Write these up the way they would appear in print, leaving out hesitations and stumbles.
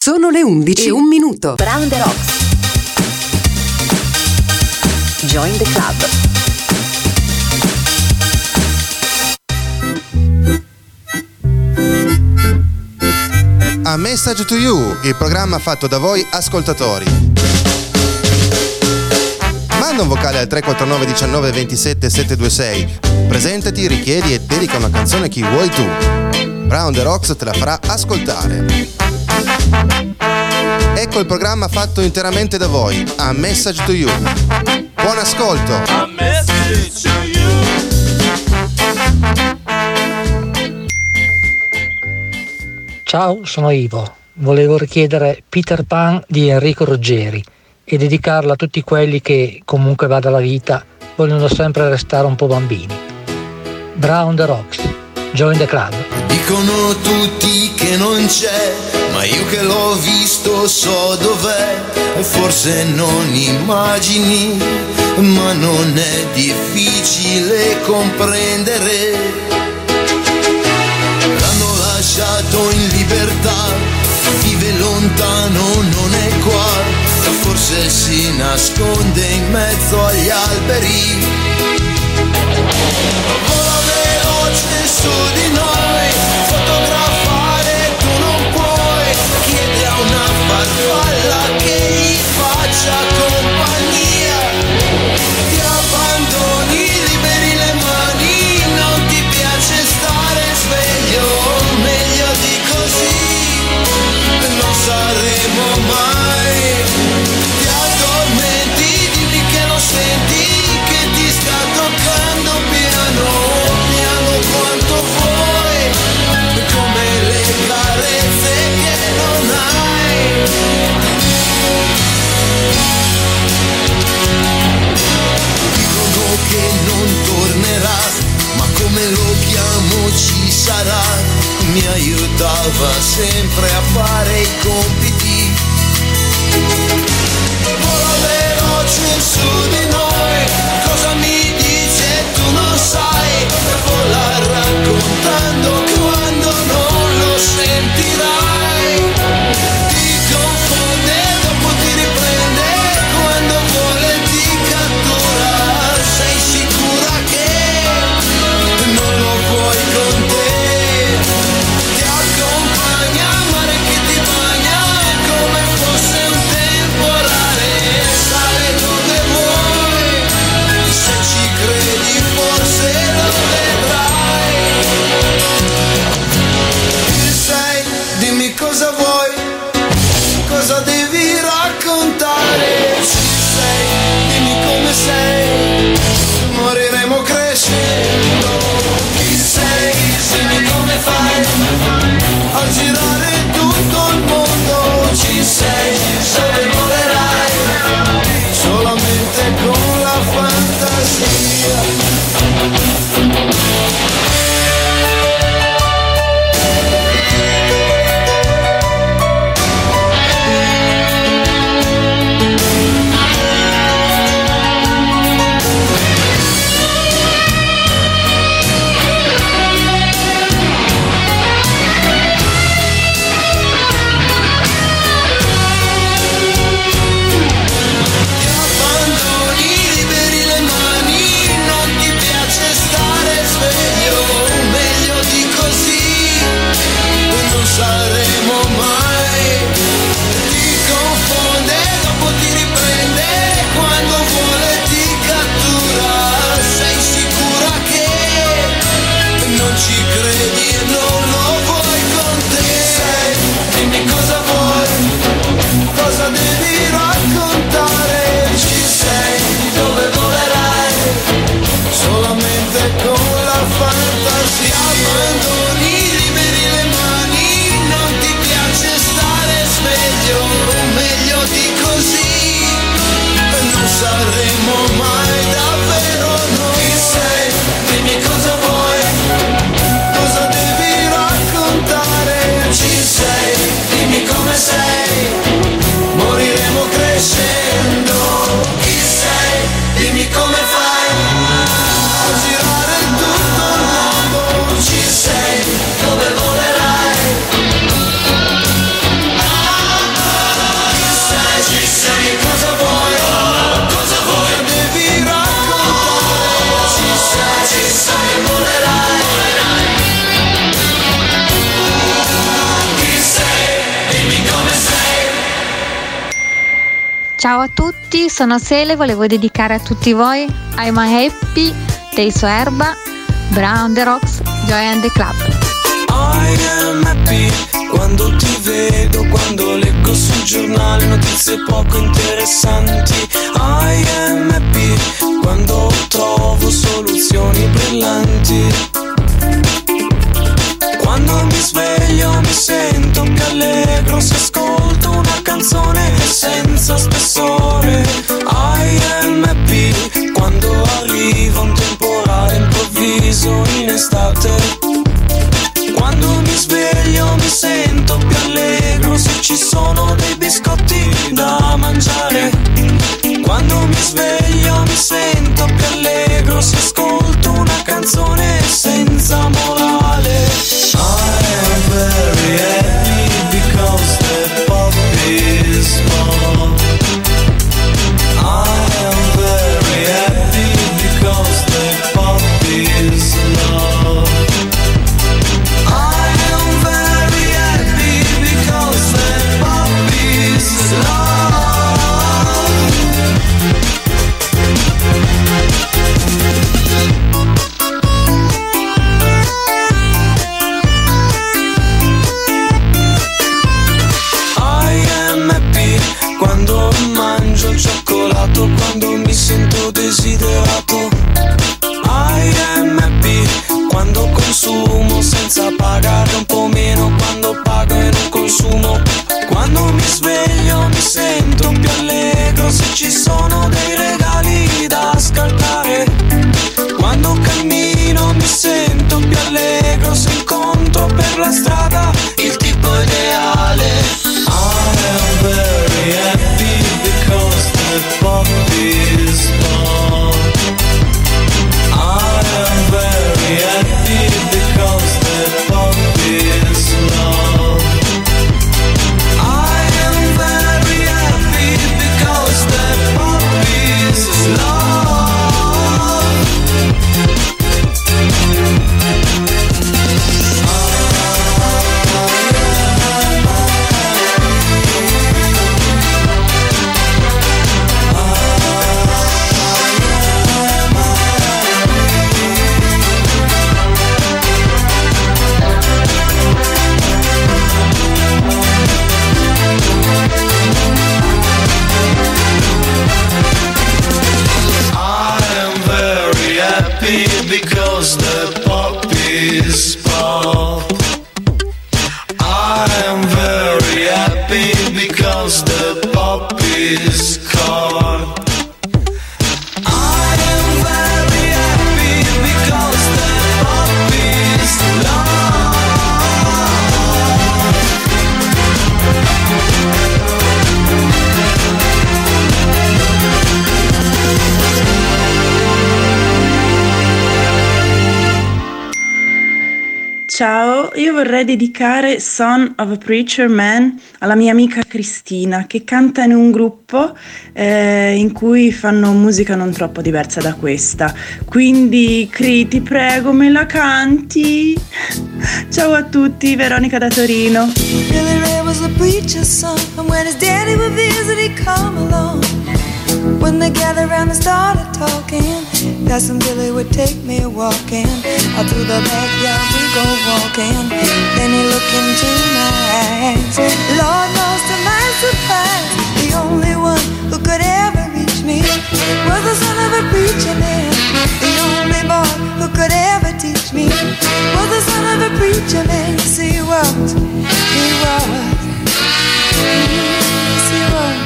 Sono le 11:01. Brown the Rocks. Join the club. A Message to You, il programma fatto da voi ascoltatori. Manda un vocale al 349 19 27 726. Presentati, richiedi e dedica una canzone a chi vuoi tu. Brown the Rocks te la farà ascoltare. Ecco il programma fatto interamente da voi, A Message to You. Buon ascolto. A message to you. Ciao, sono Ivo. Volevo richiedere Peter Pan di Enrico Ruggeri e dedicarla a tutti quelli che, comunque vada la vita, vogliono sempre restare un po' bambini. Brown the Rocks, Join the Club. Dicono tutti che non c'è, ma io che l'ho visto so dov'è. Forse non immagini, ma non è difficile comprendere. L'hanno lasciato in libertà, vive lontano, non è qua. Forse si nasconde in mezzo agli alberi. Vola veloce su di noi, fotografare tu non puoi. Chiede a una farfalla che gli faccia compagnia. Ti abbandoni, liberi le mani, non ti piace stare sveglio. Meglio di così non saremo mai. Ti addormenti, dimmi che lo senti, che ti sta toccando piano piano quanto vuoi. Ciao a tutti, sono Sele, volevo dedicare a tutti voi I'm Happy dei Soerba, Brown the Rocks, Joy and the Club. I am happy quando ti vedo, quando leggo sul giornale notizie poco interessanti. I am happy quando trovo soluzioni brillanti. Quando mi sveglio mi sento più allegro se ascolto una canzone senza spessore. I am happy quando arriva un temporale improvviso in estate. Quando mi sveglio mi sento più allegro se ci sono dei biscotti da mangiare. Quando mi sveglio mi sento più allegro se ascolto una canzone senza morale. I am very happy because the puppy is small. I am very happy because the puppy is love. I am very happy because the puppy is love. Quando mangio il cioccolato, quando mi sento desiderato. I am happy quando consumo senza pagare un po' meno, quando pago e non consumo. Quando mi sveglio mi sento più allegro se ci sono dei regali da scartare. Quando cammino mi sento più allegro se incontro per la strada il tipo ideale. I am very happy because the puppy is small. I am very happy because the puppy is love. I am very happy because the puppy is love. Because the puppy is pop. I am very happy because the puppy is car. I am very happy because the puppy is love. Ciao, io vorrei dedicare Son of a Preacher Man alla mia amica Cristina, che canta in un gruppo in cui fanno musica non troppo diversa da questa. Quindi Cri, ti prego, me la canti? Ciao a tutti, Veronica da Torino. Billy Ray was a preacher's son, and when his daddy would visit, he'd come along. When they gathered around and started talking, Cousin Billy would take me walking. Out through the backyard we go walking. Then he looked into my eyes. Lord knows to my surprise, the only one who could ever reach me was the son of a preacher man. The only boy who could ever teach me was the son of a preacher man. Yes, he was. He was. Yes, he was.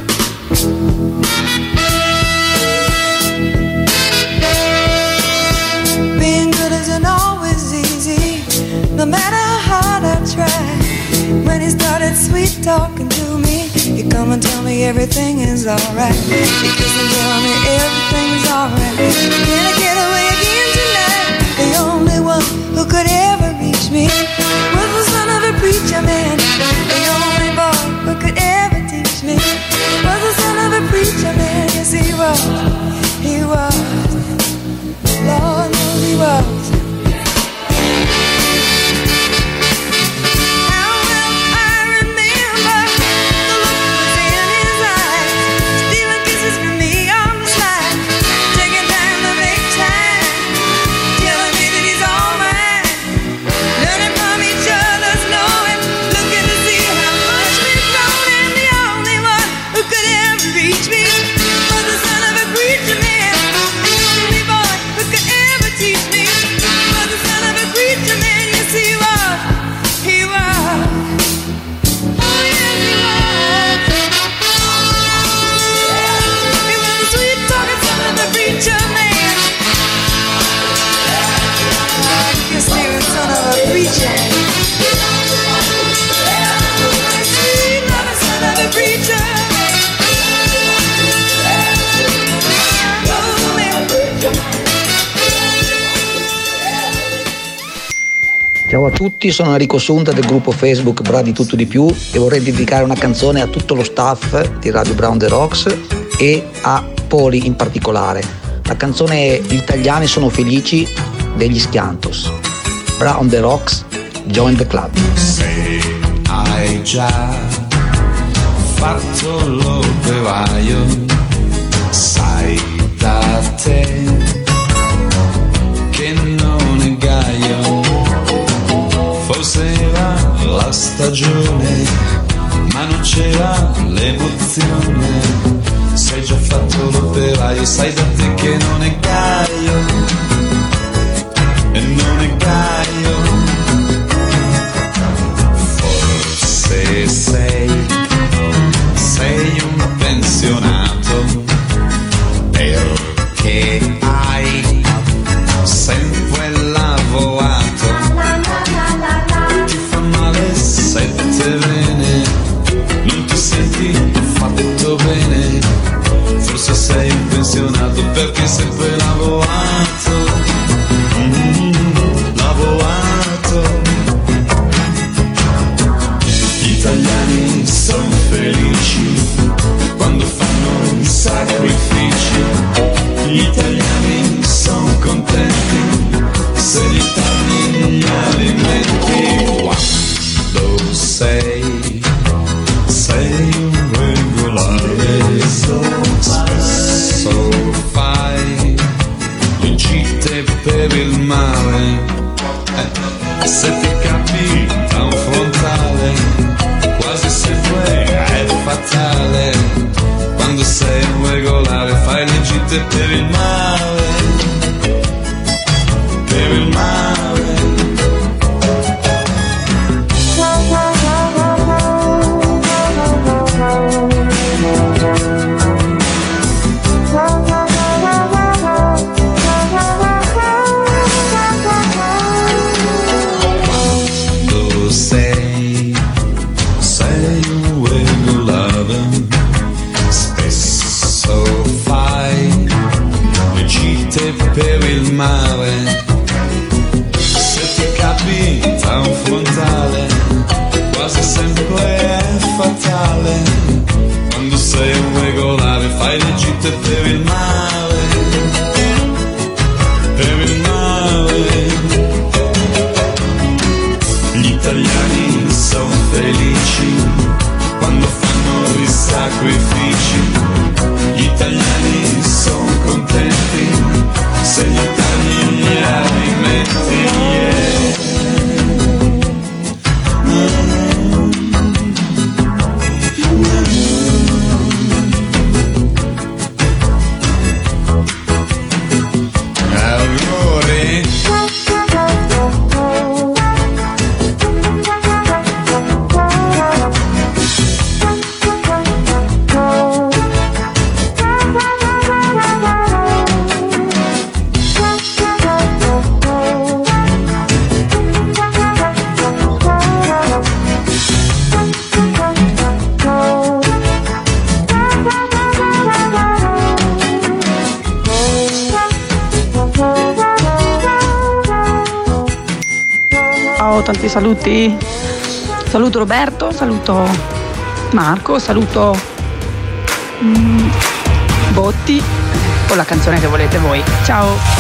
Being good isn't always easy, no matter how hard I try. When he started sweet talking to me, he'd come and tell me everything is alright. He kissed and tell me everything's alright. Can I get away again tonight? The only one who could ever reach me was the son of a preacher man. The only boy who could ever teach me was the son of a preacher man. Yes, he was. He was. Lord knows he was. How well I remember the look was in his eyes tutti, sono Enrico Sunta del gruppo Facebook Bra di Tutto Di Più e vorrei dedicare una canzone a tutto lo staff di Radio Brown The Rocks e a Poli in particolare. La canzone è Gli italiani sono felici degli Schiantos. Brown The Rocks, join the club. Se hai già fatto l'operaio, sai da te che non è gaio. Forse era la stagione, ma non c'era l'emozione. Se hai già fatto l'operaio, sai da te che non è gaio. E non è gaio. Forse sei un pensionato perché hai sempre lavorato. Ti fa male sette vene, non ti senti fatto bene. Forse sei un pensionato perché hai sempre lavorato. Lavorato. Gli italiani sono felici quando fanno i sacrifici. Gli italiani sono contenti se gli tagli gli alimenti. Quando sei un regolare, spesso fai le gite per il mare. Se ti capita un frontale, quasi sempre è fatale. Quando sei un regolare fai le gite per il mare. Per il mare. Per il mare. Se ti capita un frontale, quasi sempre è fatale. Quando sei un regolare fai le gite per il mare. Per il mare. Gli italiani sono felici quando fanno i sacrifici. Gli italiani sono contenti se gli tagli gli alimenti, yeah. Tanti saluti, saluto Roberto, saluto Marco, saluto Botti con la canzone che volete voi. Ciao!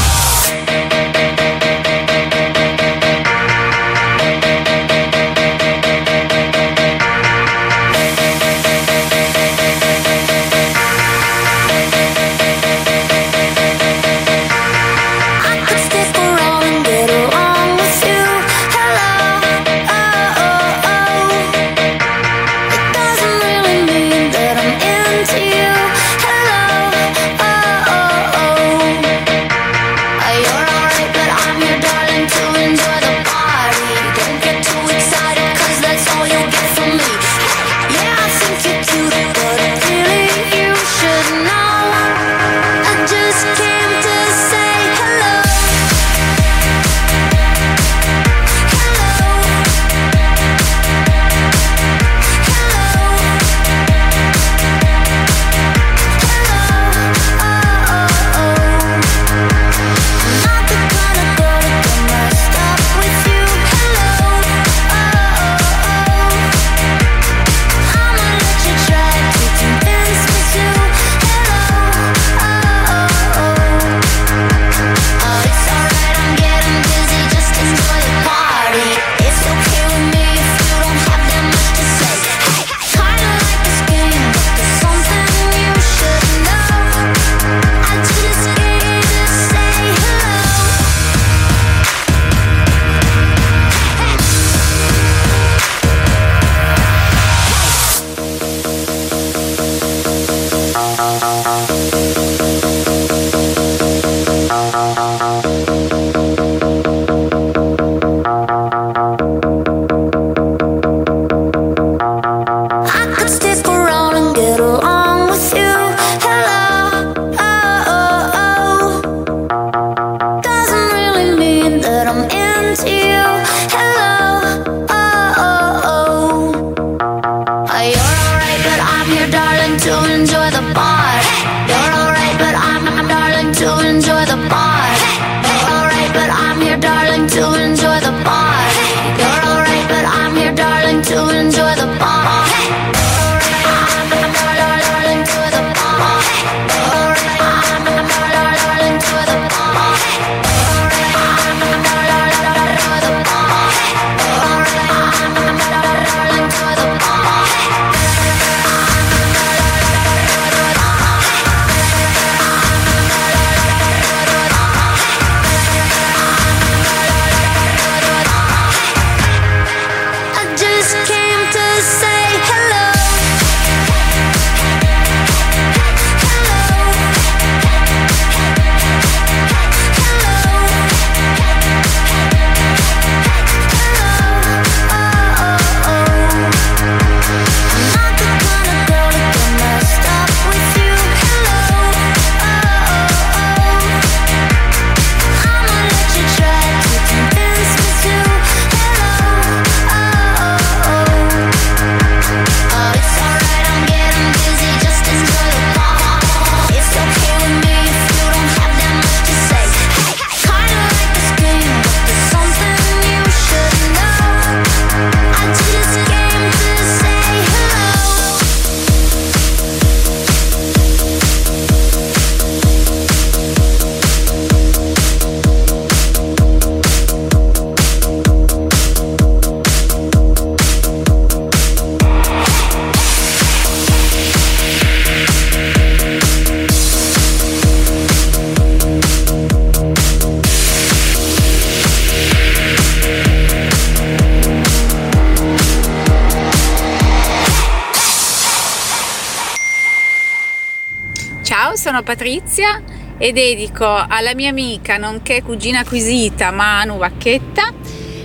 Sono Patrizia e dedico alla mia amica nonché cugina acquisita Manu Vacchetta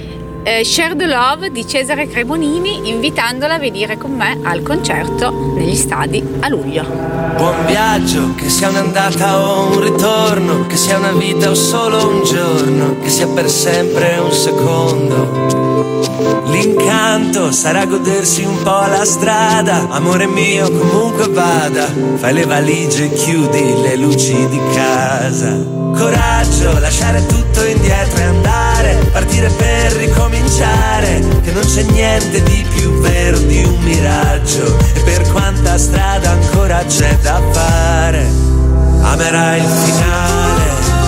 Share the Love di Cesare Cremonini, invitandola a venire con me al concerto negli stadi a luglio. Buon viaggio, che sia un'andata o un ritorno, che sia una vita o solo un giorno, che sia per sempre un secondo. L'incanto sarà godersi un po' la strada, amore mio comunque vada, fai le valigie e chiudi le luci di casa. Coraggio, lasciare tutto indietro e andare, partire per ricominciare, che non c'è niente di più vero di un miraggio, e per quanta strada ancora c'è da fare, amerai il finale.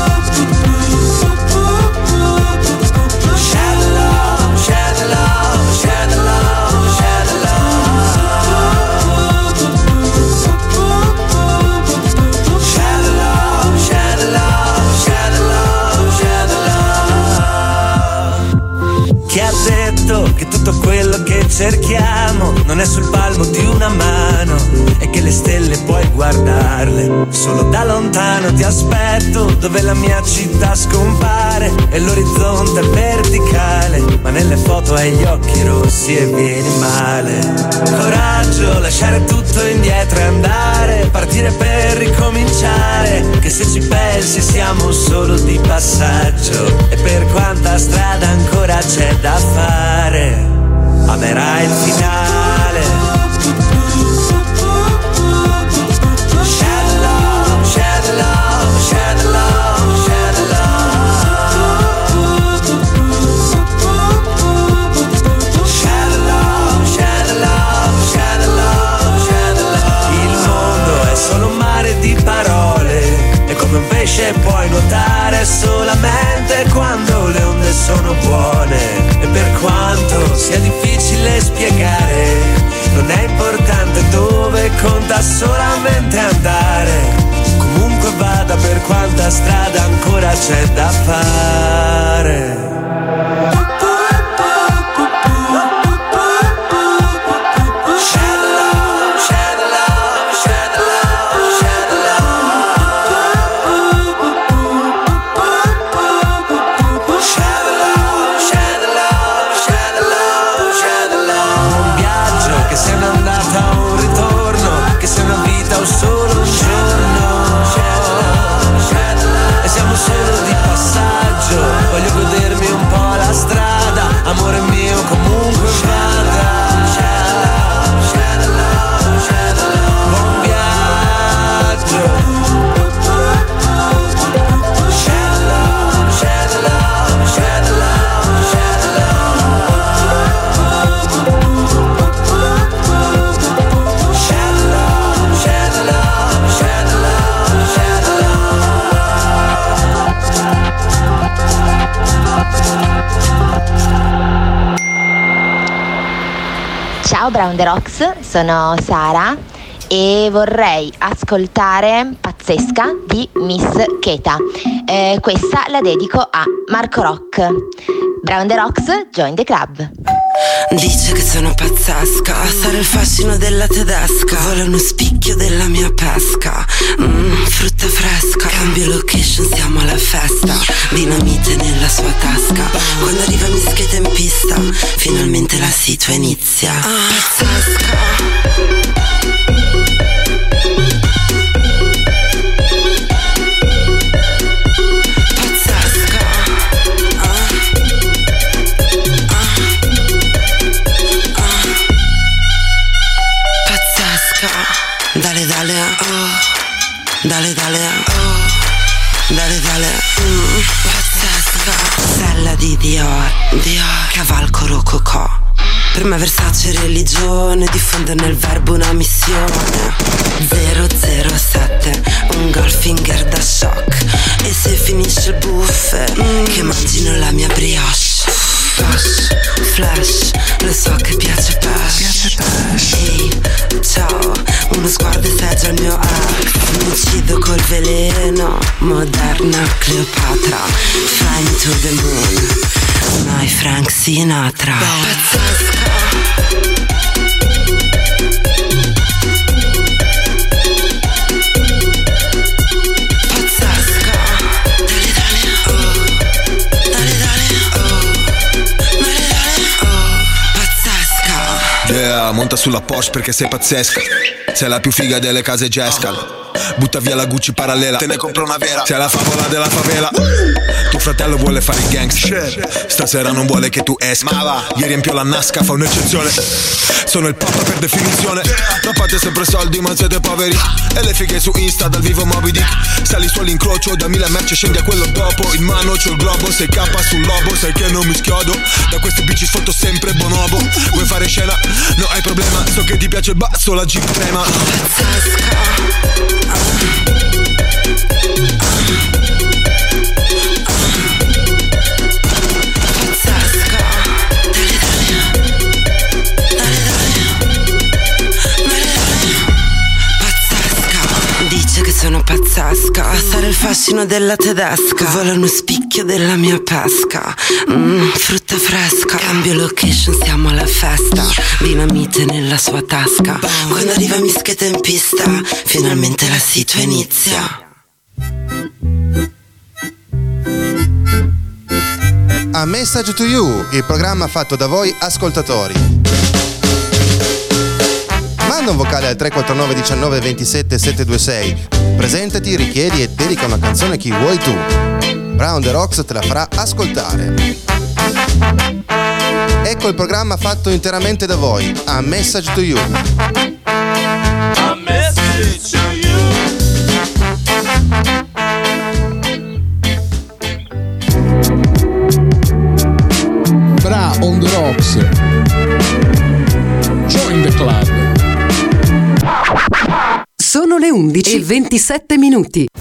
Chi ha detto che tutto quello che cerchiamo non è sul palmo di una mano e che le stelle puoi guardarle solo da lontano? Ti aspetto dove la mia città scompare e l'orizzonte è verticale, ma nelle foto hai gli occhi rossi e vieni male. Coraggio, lasciare tutto indietro e andare, partire per ricominciare, che se ci pensi siamo solo di passaggio, e per quanta strada ancora c'è da fare, amerai il finale. Share the love, share the love, share the love, share the love. Share the love, share the love, share the love, share the love. Il mondo è solo un mare di parole, e come un pesce puoi nuotare solamente quando le onde sono buone. E per quanto sia difficile spiegare, non è importante dove, conta solamente andare. Comunque vada, per quanta strada ancora c'è da fare. Share the love, share the love, share the love, Ciao Brown the Rocks, sono Sara e vorrei ascoltare Pazzesca di Miss Keta. Questa la dedico a Marco Rock. Brown the Rocks, join the club. Dice che sono pazzesca, sarà il fascino della tedesca. Vuole uno spicchio della mia pesca. Frutta fresca. Cambio location, siamo alla festa. Dinamite nella sua tasca. Quando arriva mi scheda in pista, finalmente la situa inizia. Pazzesca. Dale, dale, oh, dale, dale, oh, dale, dale, pazzesca. Sella di Dior, cavalco rococò. Per me Versace religione, diffondere nel verbo una missione. 007, un Goldfinger da shock. E se finisce il buffet, che mangino la mia brioche. Flash, flash, lo so che piace Pash. Ehi, ciao, uno sguardo e sei già il mio ex. Mi uccido col veleno, moderna Cleopatra. Fly me to the moon, my Frank Sinatra. Pazzesca. Yeah, monta sulla Porsche perché sei pazzesca. Sei la più figa delle case Jescal. Butta via la Gucci parallela, te ne compro una vera. Sei la favola della favela. Tuo fratello vuole fare il gangster, stasera non vuole che tu esca. Ma va, gli riempio la nasca, fa un'eccezione. Sono il papa per definizione. Tappate sempre soldi ma siete poveri. E le fighe su Insta dal vivo Moby Dick. Sali su all'incrocio, da 1000 merce scendi a quello dopo. In mano c'ho il globo, sei capa sul lobo. Sai che non mi schiodo, da queste bici sfotto sempre bonobo. Vuoi fare scena? No hai problema, so che ti piace il basso, la Jeep trema. Dice che sono pazzesca, sarà il fascino della tedesca. Vuole uno spicchio della mia pesca. Frutta fresca. Cambio location, siamo alla festa. Dinamite nella sua tasca. Quando arriva mi scheda in pista, finalmente la situa inizia. A Message to You, il programma fatto da voi ascoltatori. Manda un vocale al 349 19 27 726. Presentati, richiedi e dedica una canzone a chi vuoi tu. Brown the Rocks te la farà ascoltare. Ecco il programma fatto interamente da voi. A Message to You. A message to you. Bra on the Rocks. Join the club. Sono le 11:27 minuti.